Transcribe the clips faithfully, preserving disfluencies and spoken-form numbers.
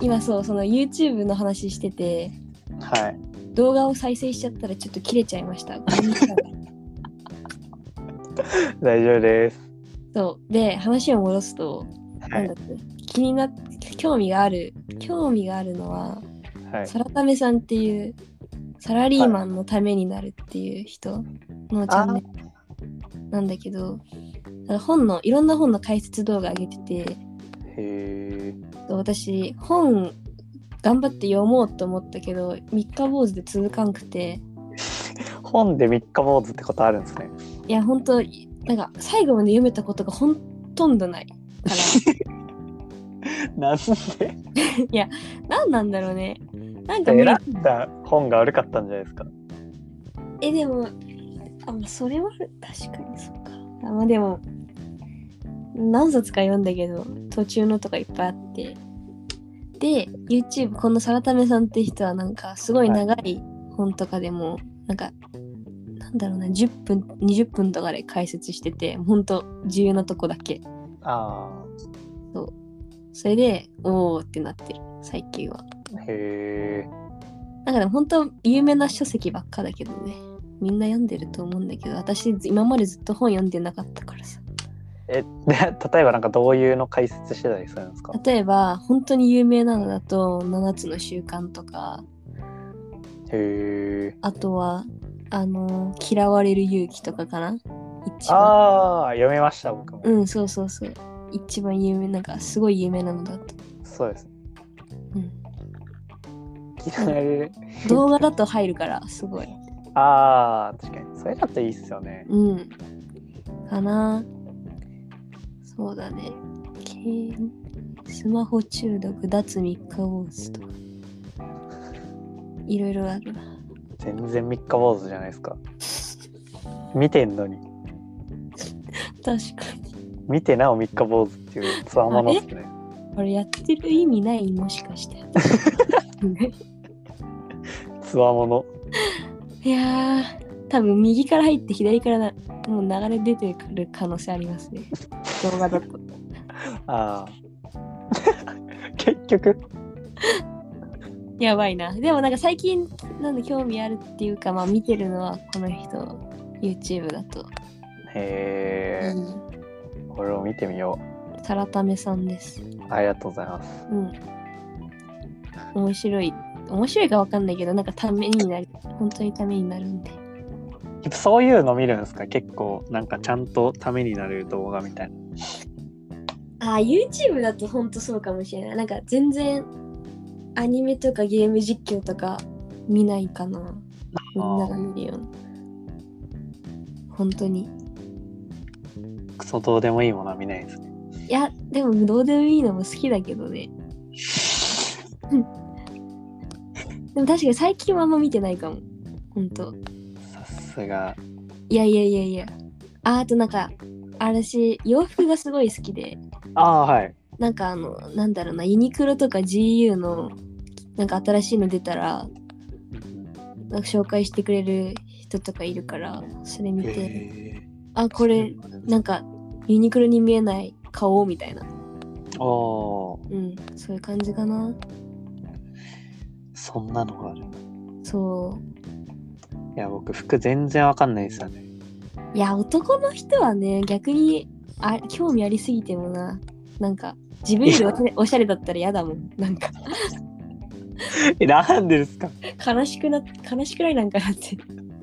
今そうその YouTube の話してて、 はい。 動画を再生しちゃったらちょっと切れちゃいました。ごめんなさい。 大丈夫です。 そうで話を戻すと、 はい、 なんだって気になっ興味がある興味があるのは、 はい、 サラタメさんっていうサラリーマンのためになるっていう人のチャンネルなんだけど、本のいろんな本の解説動画上げてて、 へー。 私本頑張って読もうと思ったけど三日坊主で続かんくて。 本で三日坊主ってことあるんですね。 いや本当なんか最後まで読めたことがほとんどないからなんでいや何なんだろうね。なんか選無理。 んだ本が悪かったんじゃないですか。 えでもあそれは確かにそうか。あまあでも何冊か読んだけど途中のとかいっぱいあって、で YouTube このサラタメさんって人はなんかすごい長い本とかでも、はい、なんかなんだろうなじゅっぷんにじゅっぷんとかで解説してて、ほんと重要なとこだけ。 ああ。 そうそれでおーってなってる最近は。 へえ。 なんかでも本当有名な書籍ばっかだけどね、みんな読んでると思うんだけど、私今までずっと本読んでなかったからさ。 えで例えばなんかどういうの解説してたりするんですか。 例えば本当に有名なのだとななつの習慣とか、 へえ。 あとはあの嫌われる勇気とかかな一番。 ああ読めました僕も。 うんそうそうそう、一番有名なんかすごい有名なのだと。 そうです。 うん嫌われる動画だと入るからすごい。 ああ確かにそれだといいっすよね。 うんかな。そうだね。スマホ中毒脱三日坊主とかいろいろあるな。 全然三日坊主じゃないですか。見てんのに。 確かに。 見てなお三日坊主っていうつわものっすね。 これやってる意味ないもしかしてつわもの。 いやー多分右から入って左からなもう流れ出てくる可能性ありますね動画だと。 ああ結局やばいな。でもなんか最近なんで興味あるっていうか、まあ見てるのはこの人 YouTube だと。 へえ、うん、これを見てみよう。サラタメさんです。 ありがとうございます。 うん。面白い面白いか分かんないけどなんかためになる、本当にためになるんで。 そういうの見るんですか。結構なんかちゃんとためになる動画みたいな。あ YouTube だと本当そうかもしれない。なんか全然アニメとかゲーム実況とか見ないかな。みんなが見るような。本当にクソどうでもいいものは見ないですね。 いやでもどうでもいいのも好きだけどねでも確かに最近はあんま見てないかも。本当さすが。 いやいやいやいや。ああとなんか私洋服がすごい好きで、 ああはい。 なんかあのなんだろうなユニクロとか ジーユー のなんか新しいの出たらなんか紹介してくれる人とかいるからそれ見て、あこれなんかユニクロに見えない買おうみたいな。 おーうんそういう感じかな。 そんなのがある。 そういや僕服全然わかんないですよね。 いや男の人はね逆にあ興味ありすぎてもな、なんか自分よりおしゃれ、おしゃれだったら嫌だもんなんかえなんでですか。 悲しくな悲しくないなんかなって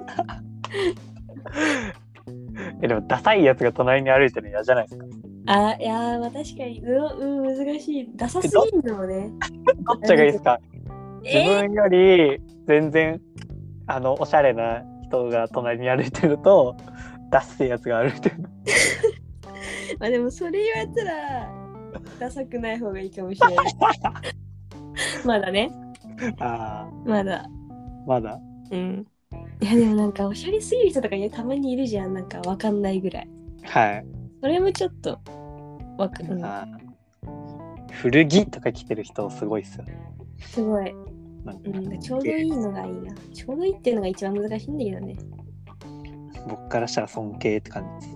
えでもダサいやつが隣に歩いてるの嫌じゃないですか。 あいやーまあ確かにう、うん、難しい。ダサすぎるのもね。 どっちがいいですか。自分より全然あのおしゃれな人が隣に歩いてるとダッセーやつが歩いてるまあでもそれ言われたらダサくない方がいいかもしれないまだね。 あまだまだうん。いやでもなんかおしゃれすぎる人とかねたまにいるじゃん、なんかわかんないぐらい。 はいそれもちょっとわかる、うん、 古着とか着てる人すごいっすよね。 すごい、うん、ちょうどいいのがいいな。ちょうどいいっていうのが一番難しいんだけどね。 僕からしたら尊敬って感じです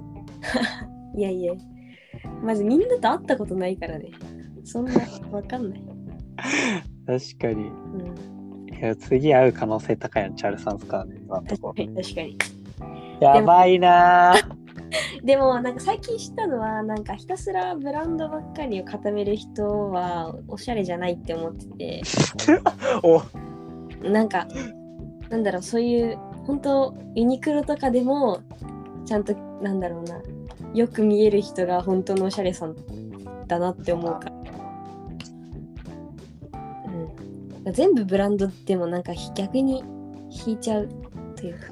いやいやまずみんなと会ったことないからね、そんなわかんない確かに。 うん、 いや、次会う可能性高いのチャールさんですからね、今のとこ。 確かに確かに。 やばいなでもなんか最近知ったのはなんかひたすらブランドばっかりを固める人はおしゃれじゃないって思ってておなんかなんだろうそういう本当ユニクロとかでもちゃんとなんだろうなよく見える人が本当のおしゃれさんだなって思うから、うん、全部ブランドでもなんか逆に引いちゃうというか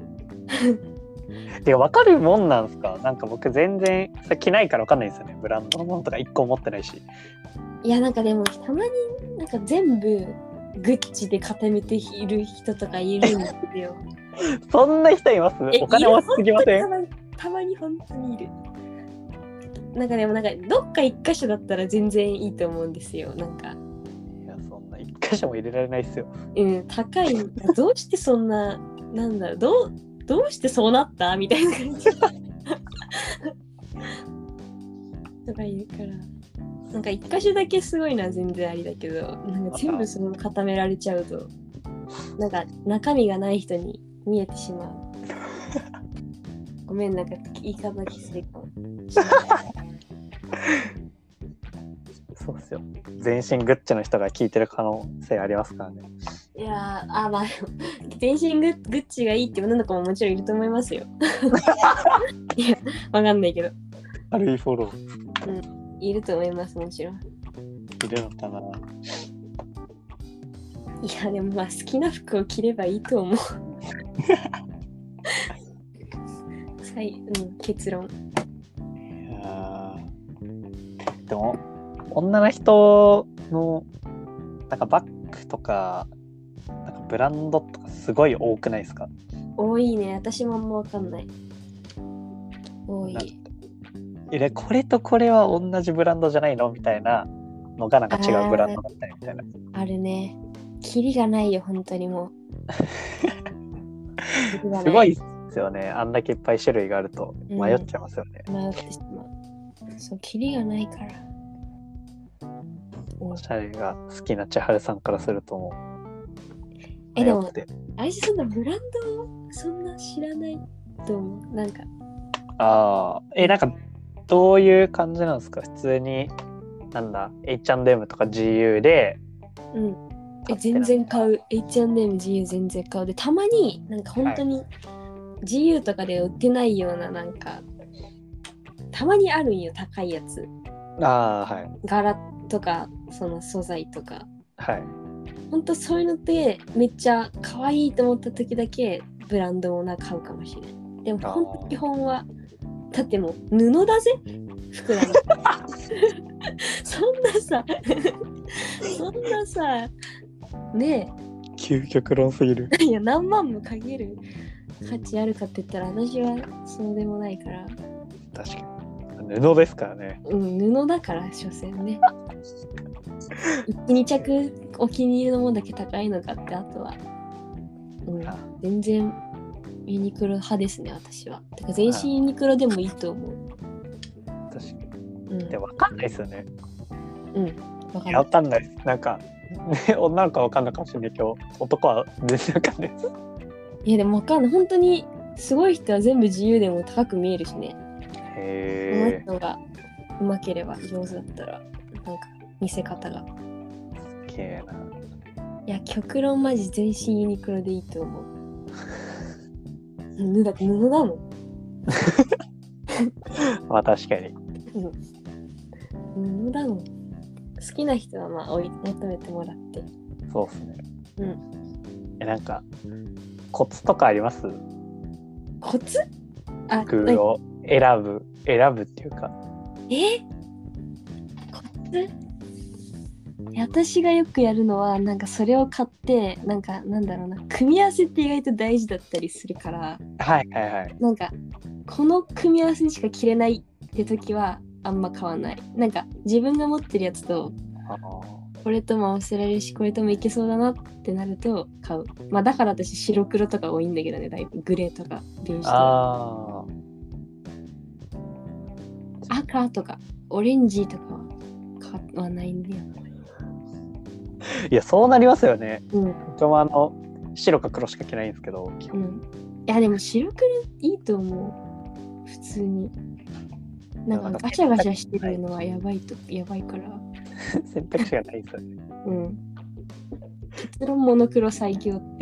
てか分かるもんなんすか？なんか僕全然それ着ないから分かんないんですよね。ブランドのものとか一個持ってないし。 いやなんかでもたまになんか全部グッチで固めている人とかいるんですよ。 そんな人います？お金持ちすぎません？ たまにたまに本当にいる。なんかでもなんかどっか一箇所だったら全然いいと思うんですよ。なんかいやそんな一箇所も入れられないっすよ。 うん高いどうしてそんななんだろうどうどうしてそうなったみたいな感じとかいるからなんか一箇所だけすごいのは全然ありだけどなんか全部その固められちゃうとなんか中身がない人に見えてしまう。ごめんなんか言い方きついかも。 そうっすよ。全身グッチの人が聞いてる可能性ありますからね。 いやーあまあ全身グッグッチがいいって女の子ももちろんいると思いますよ。いやわかんないけど。 軽いフォロー。 うんいると思いますもちろん。 いるのかな。 いやでもまあ好きな服を着ればいいと思う。はい、うん、結論。 いやでも女の人のなんかバッグとかなんかブランドとかすごい多くないですか？ 多いね。私もあんまわかんない。多い。 えこれとこれは同じブランドじゃないのみたいなのがなんか違うブランドだったりみたいな。 あるね。キリがないよ本当にもう。 すごいですよね。あんだけいっぱい種類があると迷っちゃいますよね。 うん、迷ってしまう。そうキリがないから。 おしゃれが好きな千春さんからするともうえでもあれそんなブランドをそんな知らないと思う。なんかああえなんかどういう感じなんですか？普通になんだ エイチアンドエム とか ジーユー でうんえ全然買う エイチアンドエム、ジーユー 全然買うでたまになんか本当に ジーユー とかで売ってないようななんかたまにあるんよ高いやつ。 ああはい柄とかその素材とかはいほんとそういうのってめっちゃ可愛いと思った時だけブランドをな買うかもしれない。でもほんと基本はだってもう布だぜ服なんだそんなさそんなさね究極論すぎる。 えいや何万もかける価値あるかって言ったら私はそうでもないから確かに布ですからね。 うん布だから所詮ねに着お気に入りのものだけ高いのかってあとは、うん、全然ユニクロ派ですね私は。てか全身ユニクロでもいいと思う。 確かに、 うん、 でも分かんないですよね。 うん分かんない。 いや分かんないです。なんか、ね、女の子は分かんないかもしれないけど男は全然分かんないです。 いやでも分かんない本当にすごい人は全部自由でも高く見えるしね。 へえ。 この人がうまければ上手だったらなんか見せ方がすげえな。 いや極論マジ全身ユニクロでいいと思う。布だって布だもん。 まあ確かに。 うん、布だもん。好きな人はまあ追い求めてもらって。 そうっすね。 うん。 えなんかコツとかあります？ コツ？あ、 服を選ぶ選ぶっていうか。 え？コツ？私がよくやるのはなんかそれを買ってなんかなんだろうな組み合わせって意外と大事だったりするからはいはいはい。 なんかこの組み合わせにしか着れないって時はあんま買わない。なんか自分が持ってるやつとこれとも合わせられるしこれともいけそうだなってなると買う。まあだから私白黒とか多いんだけどねだいぶグレーとかベージュとかあ赤とかオレンジとかは買わないんだよ。 いやそうなりますよね。 うん。 僕もあの白か黒しか着ないんですけど、 うん。いやでも白黒いいと思う。普通に。なんかガシャガシャしてるのはやばいと、やばいから。 選択肢がないですよね。 うん。結論モノクロ最強って。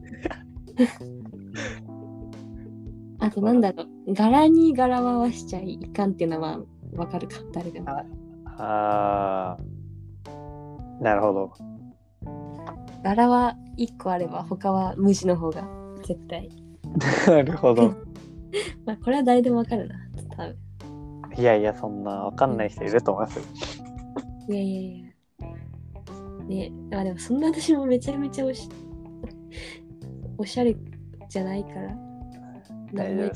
あとなんだろう、柄に柄を合わしちゃいかんっていうのはわかるか、誰でも。 ああ、なるほど。 柄はいっこあれば他は無地の方が絶対。 なるほど。 まあこれは誰でもわかるな、多分。 いやいや、そんなわかんない人いると思いますよ。 いやいやいや。ね、あでもそんな私もめちゃめちゃおしおしゃれじゃないから。 大丈夫です。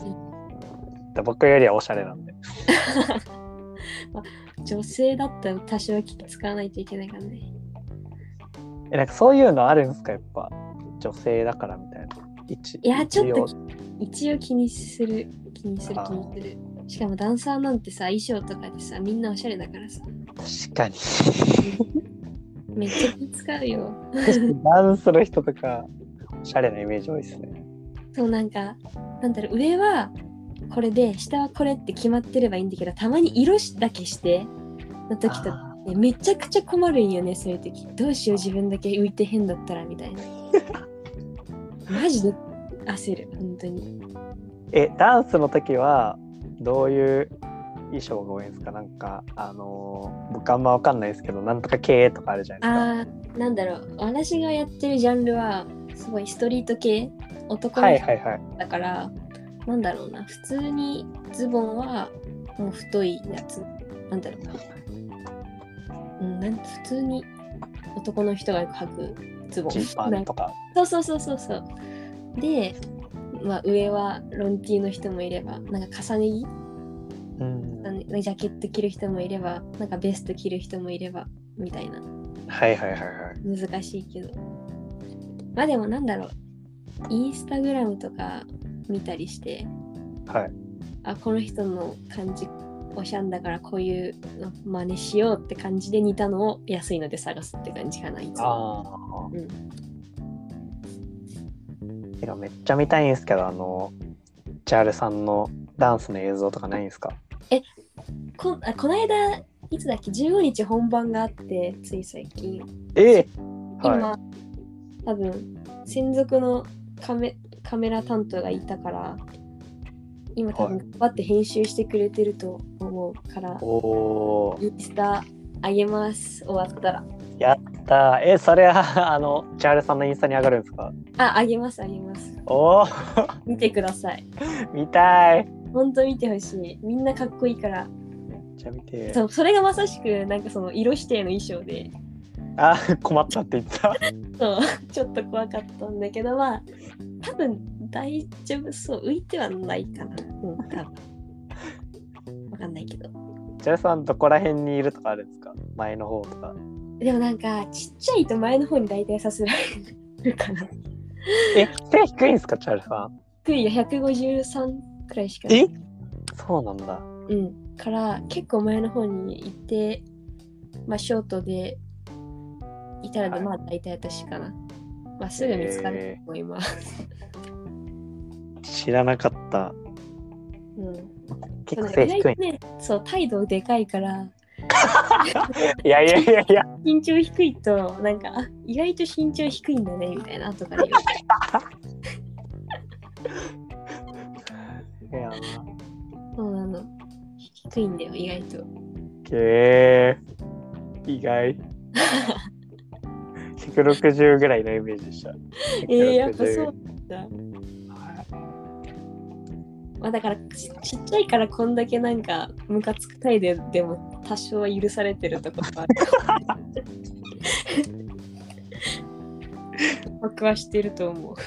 僕よりはおしゃれなんで。 まあ、女性だったら多少気使わないといけないからね。 え、なんかそういうのあるんですか、やっぱ。女性だからみたいな。一いや、ちょっと一応一応気にする。気にする気にする。しかもダンサーなんてさ、衣装とかでさ、みんなおしゃれだからさ。 確かに。 めっちゃ気使うよ。 ダンスの人とか、おしゃれなイメージ多いですね。 そうなんか、なんだろう、上はこれで、下はこれって決まってればいいんだけど、たまに色だけしての時とか、ね、めちゃくちゃ困るんよね、そういう時。どうしよう、自分だけ浮いて変だったらみたいな。マジで焦る、本当に。 え、ダンスの時は、どういう衣装が多いんですか？なんか、あのー、僕あんまわかんないですけど、なんとか系とかあるじゃないですか。 あー、なんだろう、私がやってるジャンルは、すごいストリート系、男の人はいはいはい。 だから、なんだろうな、普通にズボンはもう太いやつ、なんだろうな、うん、なん普通に男の人がよく履くズボン。 ジーパンとか。 そうそうそうそうそう。で、まあ、上はロンティーの人もいれば、なんか重ね着、 うん、 ジャケット着る人もいれば、なんかベスト着る人もいれば、みたいな。 はいはいはいはい。 難しいけど。まあでもなんだろう、インスタグラムとか見たりして、 はい。 あ、この人の感じおしゃんだからこういうの真似しようって感じで似たのを安いので探すって感じかな、いつも。 ああ。 うん。 てかめっちゃ見たいんですけど、あの、ジャールさんのダンスの映像とかないんですか？ え、こ、あ、この間、いつだっけ、じゅうごにち本番があって、つい最近。 ええ今、 はい、 多分、専属のカメ、カメラ担当がいたから、今多分、頑張って編集してくれてると思うから、 おー、 インスタあげます、終わったら。 やったー。え、それは、あの、ジャールさんのインスタに上がるんですか？ あ、あげます、あげます。 おー、 見てください。 見たい。 ほんと見てほしい。みんなかっこいいから。 めっちゃ見て。 そう、それがまさしく、なんかその色指定の衣装で、 あ、困ったって言った。 そう、ちょっと怖かったんだけど、まあ、多分大丈夫そう。浮いてはないかな。うん、多分。わかんないけど。 ジャールさんどこら辺にいるとかあるんですか？前の方とか。 でもなんか、ちっちゃいと前の方に大体させられるかな。 え、背低いんですか、ジャールさん？ 低いよ、ひゃくごじゅうさんくらいしかない。 え、そうなんだ。 うん。から結構前の方に行って、まあショートでいたらで、はい、まあ大体私かな。まあすぐ見つかると思います。 えー、知らなかった。 うん。 結構背低い。 ね、そう、態度でかいから。 いやいやいやいや。 身長低いと、なんか、あ、意外と身長低いんだね、みたいな、後から言われる。いやそうなの。低いんだよ、意外と。 へえー、意外。ひゃくろくじゅうぐらいのイメージでした。 えー、やっぱそうだ。まあだからち、ちっちゃいからこんだけなんかムカつく態度でも多少は許されてるところがある。僕はしてると思う。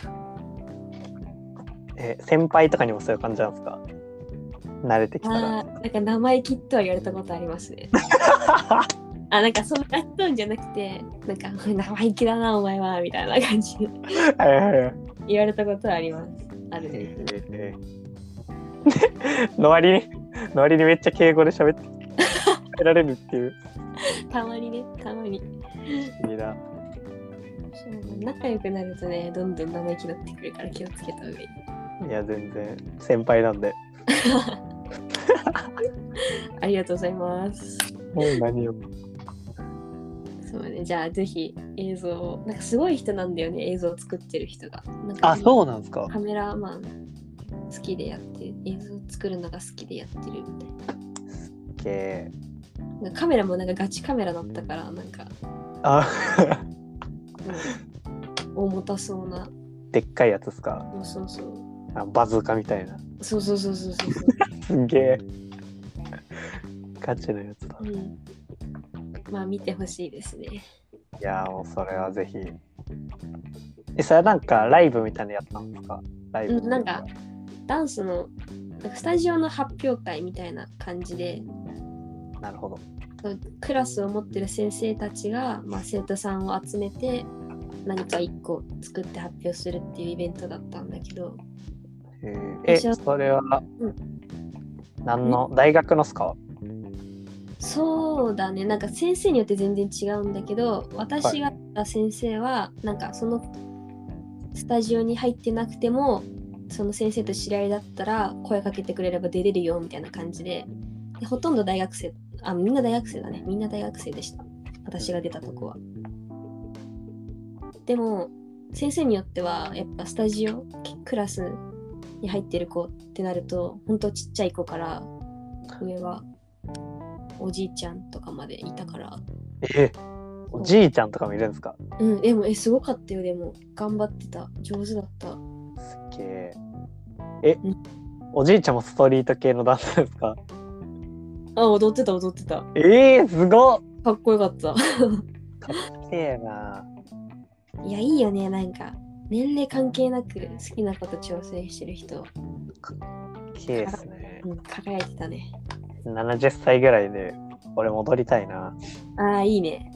え、先輩とかにもそういう感じなんですか？慣れてきたら。 あ、なんか生意気とは言われたことありますね。あ、なんかそんなトーンじゃなくて、なんか生意気だなお前はみたいな感じで言われたことはあります。あるね。 えーの割にの割にめっちゃ敬語で喋ってけられるっていう。 たまにね、たまに。 いいな。 そう仲良くなるとね、どんどん生意気になってくるから気をつけた方がいい。 いや、全然先輩なんで。 ありがとうございます。 もう何を。 そうね、じゃあぜひ映像、なんかすごい人なんだよね、映像を作ってる人が。なんかあ、そうなんですか。 カメラマン好きでやってる、映像作るのが好きでやってるみたいな。 けなんかカメラもなんかガチカメラだったから、なんか、 あ、 うん、重たそうな。 でっかいやつですか。 そうそうそう。 あ、バズーカみたいな。 そうそうそうそうそうそう。 すんげえ。ガチのやつだ。 うん。まあ見てほしいですね。 いやーもうそれはぜひ。え、それはなんかライブみたいなやったんですか？ライブ。 うん、なんかダンスのなんかスタジオの発表会みたいな感じで、 なるほど。 クラスを持ってる先生たちが、まあ、生徒さんを集めて何か一個作って発表するっていうイベントだったんだけど。 えー、えそれは、うん、何の大学のっすか？ そうだね、なんか先生によって全然違うんだけど、私がやった先生はなんかそのスタジオに入ってなくてもその先生と知り合いだったら声かけてくれれば出れるよみたいな感じ で, でほとんど大学生、あ、みんな大学生だね、みんな大学生でした、私が出たとこは。でも先生によってはやっぱスタジオクラスに入ってる子ってなるとほんとちっちゃい子から上はおじいちゃんとかまでいたから。 え、おじいちゃんとかもいるんですか？ うん、でもえすごかったよ。でも頑張ってた、上手だった。 すっげえ。え、うん、おじいちゃんもストリート系のダンスですか？ あ、踊ってた踊ってた。 えー、すごっ。 かっこよかったかっけえな。 いやいいよね、なんか年齢関係なく好きなこと挑戦してる人。 かっけえですね、 うん、輝いてたね。 ななじゅっさいぐらいで俺戻りたいな。 あーいいね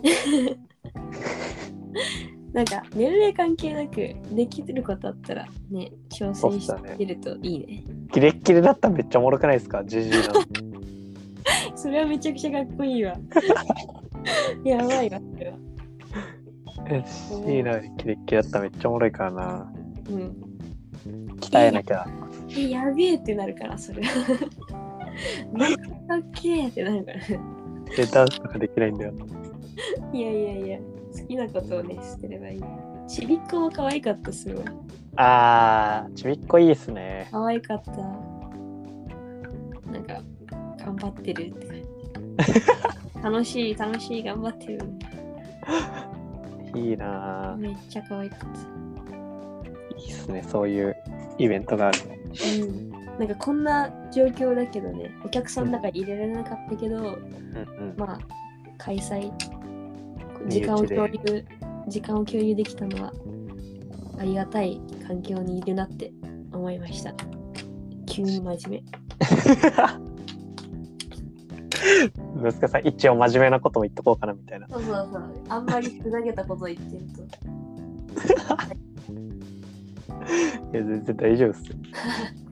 なんか年齢関係なくできることあったらね、挑戦してるといいね。 キレッキレだったらめっちゃおもろくないですか？ジジイなのそれはめちゃくちゃかっこいいわやばいわそれは。 え、いいな、キレッキレだったらめっちゃおもろいからな。 うん、 鍛えなきゃ。 え、やべえってなるからそれなんかかっけえってなるからでダンスとかできないんだよ。 いやいやいや、好きなことをねしてればいい。ちびっこも可愛かったすごい。 あー、ちびっこいいですね。 可愛かった。なんか頑張ってるって感じ楽しい楽しい頑張ってるいいな。 めっちゃ可愛かった。 いいっすね、そういうイベントがあるの。 うん、なんかこんな状況だけどね、お客さんの中に入れられなかったけど、うんうん、まあ開催時間を共有時間を共有できたのはありがたい環境にいるなって思いました。急に真面目息子さん一応真面目なことも言っとこうかなみたいな。 そうそうそう、あんまりふざけたこと言ってるといや全然大丈夫っすよ